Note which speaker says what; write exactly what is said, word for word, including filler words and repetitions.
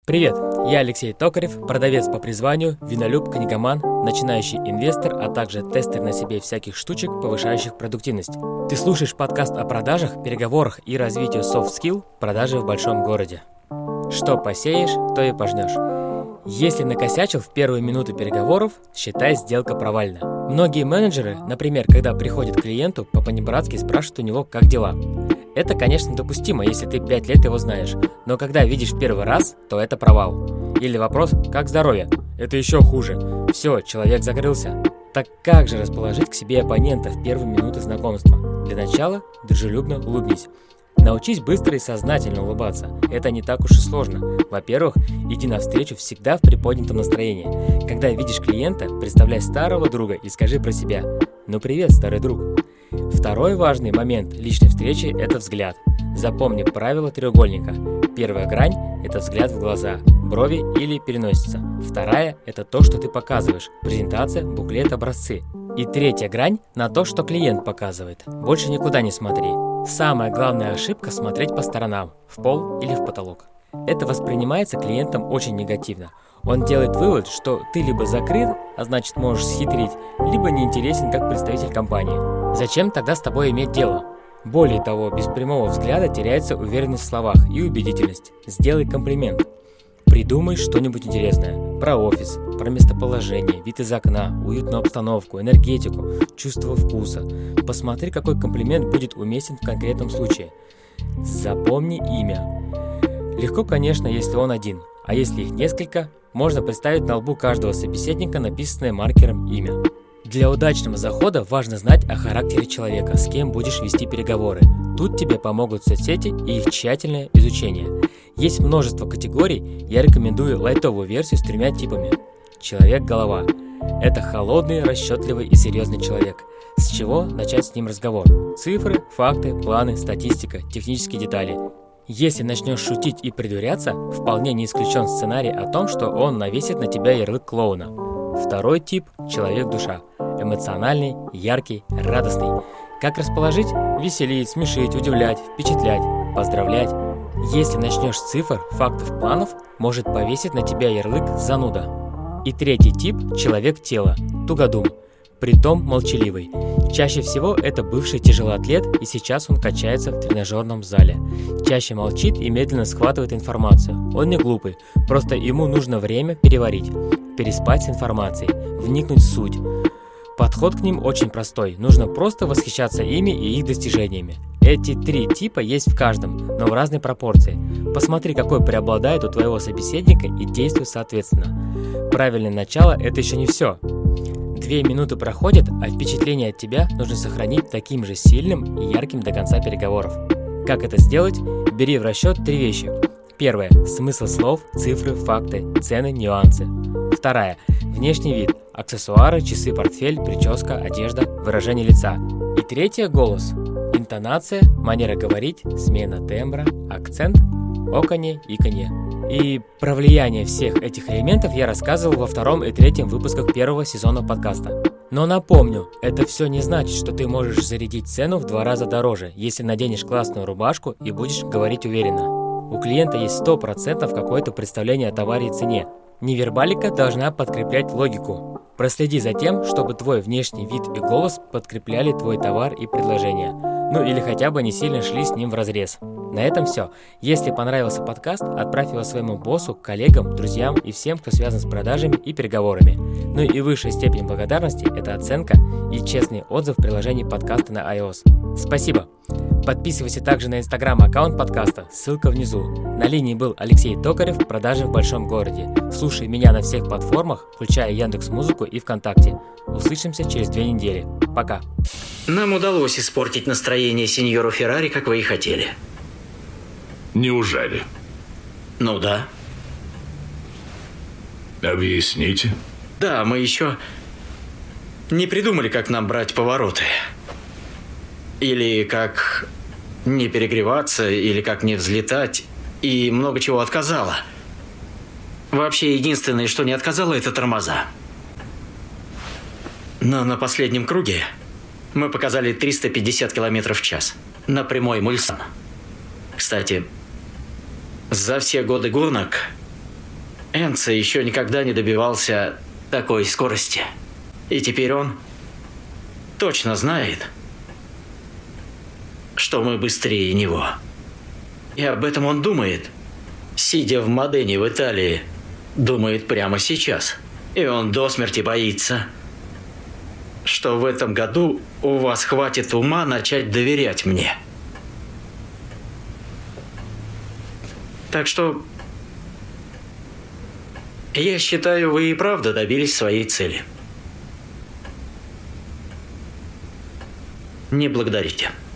Speaker 1: Привет, я Алексей Токарев, продавец по призванию, винолюб, книгоман, начинающий инвестор, а также тестер на себе всяких штучек, повышающих продуктивность. Ты слушаешь подкаст о продажах, переговорах и развитию soft skill продажи в большом городе. Что посеешь, то и пожнешь. Если накосячил в первые минуты переговоров, считай, сделка провальна. Многие менеджеры, например, когда приходят к клиенту, по-понебратски спрашивают у него, как дела. Это, конечно, допустимо, если ты пять лет его знаешь, но когда видишь в первый раз, то это провал. Или вопрос «как здоровье?» Это еще хуже. Все, человек закрылся. Так как же расположить к себе оппонента в первые минуты знакомства? Для начала дружелюбно улыбнись. Научись быстро и сознательно улыбаться. Это не так уж и сложно. Во-первых, иди навстречу всегда в приподнятом настроении. Когда видишь клиента, представляй старого друга и скажи про себя: «Ну привет, старый друг». Второй важный момент личной встречи – это взгляд. Запомни правило треугольника. Первая грань – это взгляд в глаза, брови или переносица. Вторая – это то, что ты показываешь. Презентация, буклет, образцы. И третья грань – на то, что клиент показывает. Больше никуда не смотри. Самая главная ошибка – смотреть по сторонам, в пол или в потолок. Это воспринимается клиентом очень негативно. Он делает вывод, что ты либо закрыт, а значит можешь схитрить, либо неинтересен как представитель компании. Зачем тогда с тобой иметь дело? Более того, без прямого взгляда теряется уверенность в словах и убедительность. Сделай комплимент. Придумай что-нибудь интересное. Про офис, про местоположение, вид из окна, уютную обстановку, энергетику, чувство вкуса. Посмотри, какой комплимент будет уместен в конкретном случае. Запомни имя. Легко, конечно, если он один, а если их несколько, можно представить на лбу каждого собеседника написанное маркером имя. Для удачного захода важно знать о характере человека, с кем будешь вести переговоры. Тут тебе помогут соцсети и их тщательное изучение. Есть множество категорий, я рекомендую лайтовую версию с тремя типами. Человек-голова. Это холодный, расчетливый и серьезный человек. С чего начать с ним разговор? Цифры, факты, планы, статистика, технические детали. Если начнешь шутить и придуряться, вполне не исключен сценарий о том, что он навесит на тебя ярлык клоуна. Второй тип – человек-душа. Эмоциональный, яркий, радостный. Как расположить? Веселить, смешить, удивлять, впечатлять, поздравлять. Если начнешь с цифр, фактов, планов, может повесить на тебя ярлык зануда. И третий тип – человек-тело. Тугодум. Притом молчаливый. Чаще всего это бывший тяжелоатлет, и сейчас он качается в тренажерном зале. Чаще молчит и медленно схватывает информацию. Он не глупый, просто ему нужно время переварить, переспать с информацией, вникнуть в суть. Подход к ним очень простой, нужно просто восхищаться ими и их достижениями. Эти три типа есть в каждом, но в разной пропорции. Посмотри, какой преобладает у твоего собеседника, и действуй соответственно. Правильное начало – это еще не все. Две минуты проходят, а впечатление от тебя нужно сохранить таким же сильным и ярким до конца переговоров. Как это сделать? Бери в расчет три вещи. Первое – смысл слов, цифры, факты, цены, нюансы. Вторая – внешний вид, аксессуары, часы, портфель, прическа, одежда, выражение лица. И третье – голос, интонация, манера говорить, смена тембра, акцент, оканье, иканье. И про влияние всех этих элементов я рассказывал во втором и третьем выпусках первого сезона подкаста. Но напомню, это все не значит, что ты можешь зарядить цену в два раза дороже, если наденешь классную рубашку и будешь говорить уверенно. У клиента есть сто процентов какое-то представление о товаре и цене. Невербалика должна подкреплять логику. Проследи за тем, чтобы твой внешний вид и голос подкрепляли твой товар и предложение. Ну или хотя бы не сильно шли с ним вразрез. На этом все. Если понравился подкаст, отправь его своему боссу, коллегам, друзьям и всем, кто связан с продажами и переговорами. Ну и высшая степень благодарности – это оценка и честный отзыв в приложении подкаста на iOS. Спасибо! Подписывайся также на инстаграм-аккаунт подкаста, ссылка внизу. На линии был Алексей Токарев, продажи в большом городе. Слушай меня на всех платформах, включая Яндекс.Музыку и ВКонтакте. Услышимся через две недели. Пока.
Speaker 2: Нам удалось испортить настроение сеньору Феррари, как вы и хотели.
Speaker 3: Неужели?
Speaker 2: Ну да.
Speaker 3: Объясните.
Speaker 2: Да, мы еще не придумали, как нам брать повороты. Или как не перегреваться, или как не взлетать. И много чего отказало. Вообще, единственное, что не отказало, это тормоза. Но на последнем круге мы показали триста пятьдесят километров в час на прямой Мульсан. Кстати, за все годы гонок Энцо еще никогда не добивался такой скорости. И теперь он точно знает, что мы быстрее него. И об этом он думает, сидя в Модене в Италии, думает прямо сейчас. И он до смерти боится, что в этом году у вас хватит ума начать доверять мне. Так что я считаю, вы и правда добились своей цели. Не благодарите.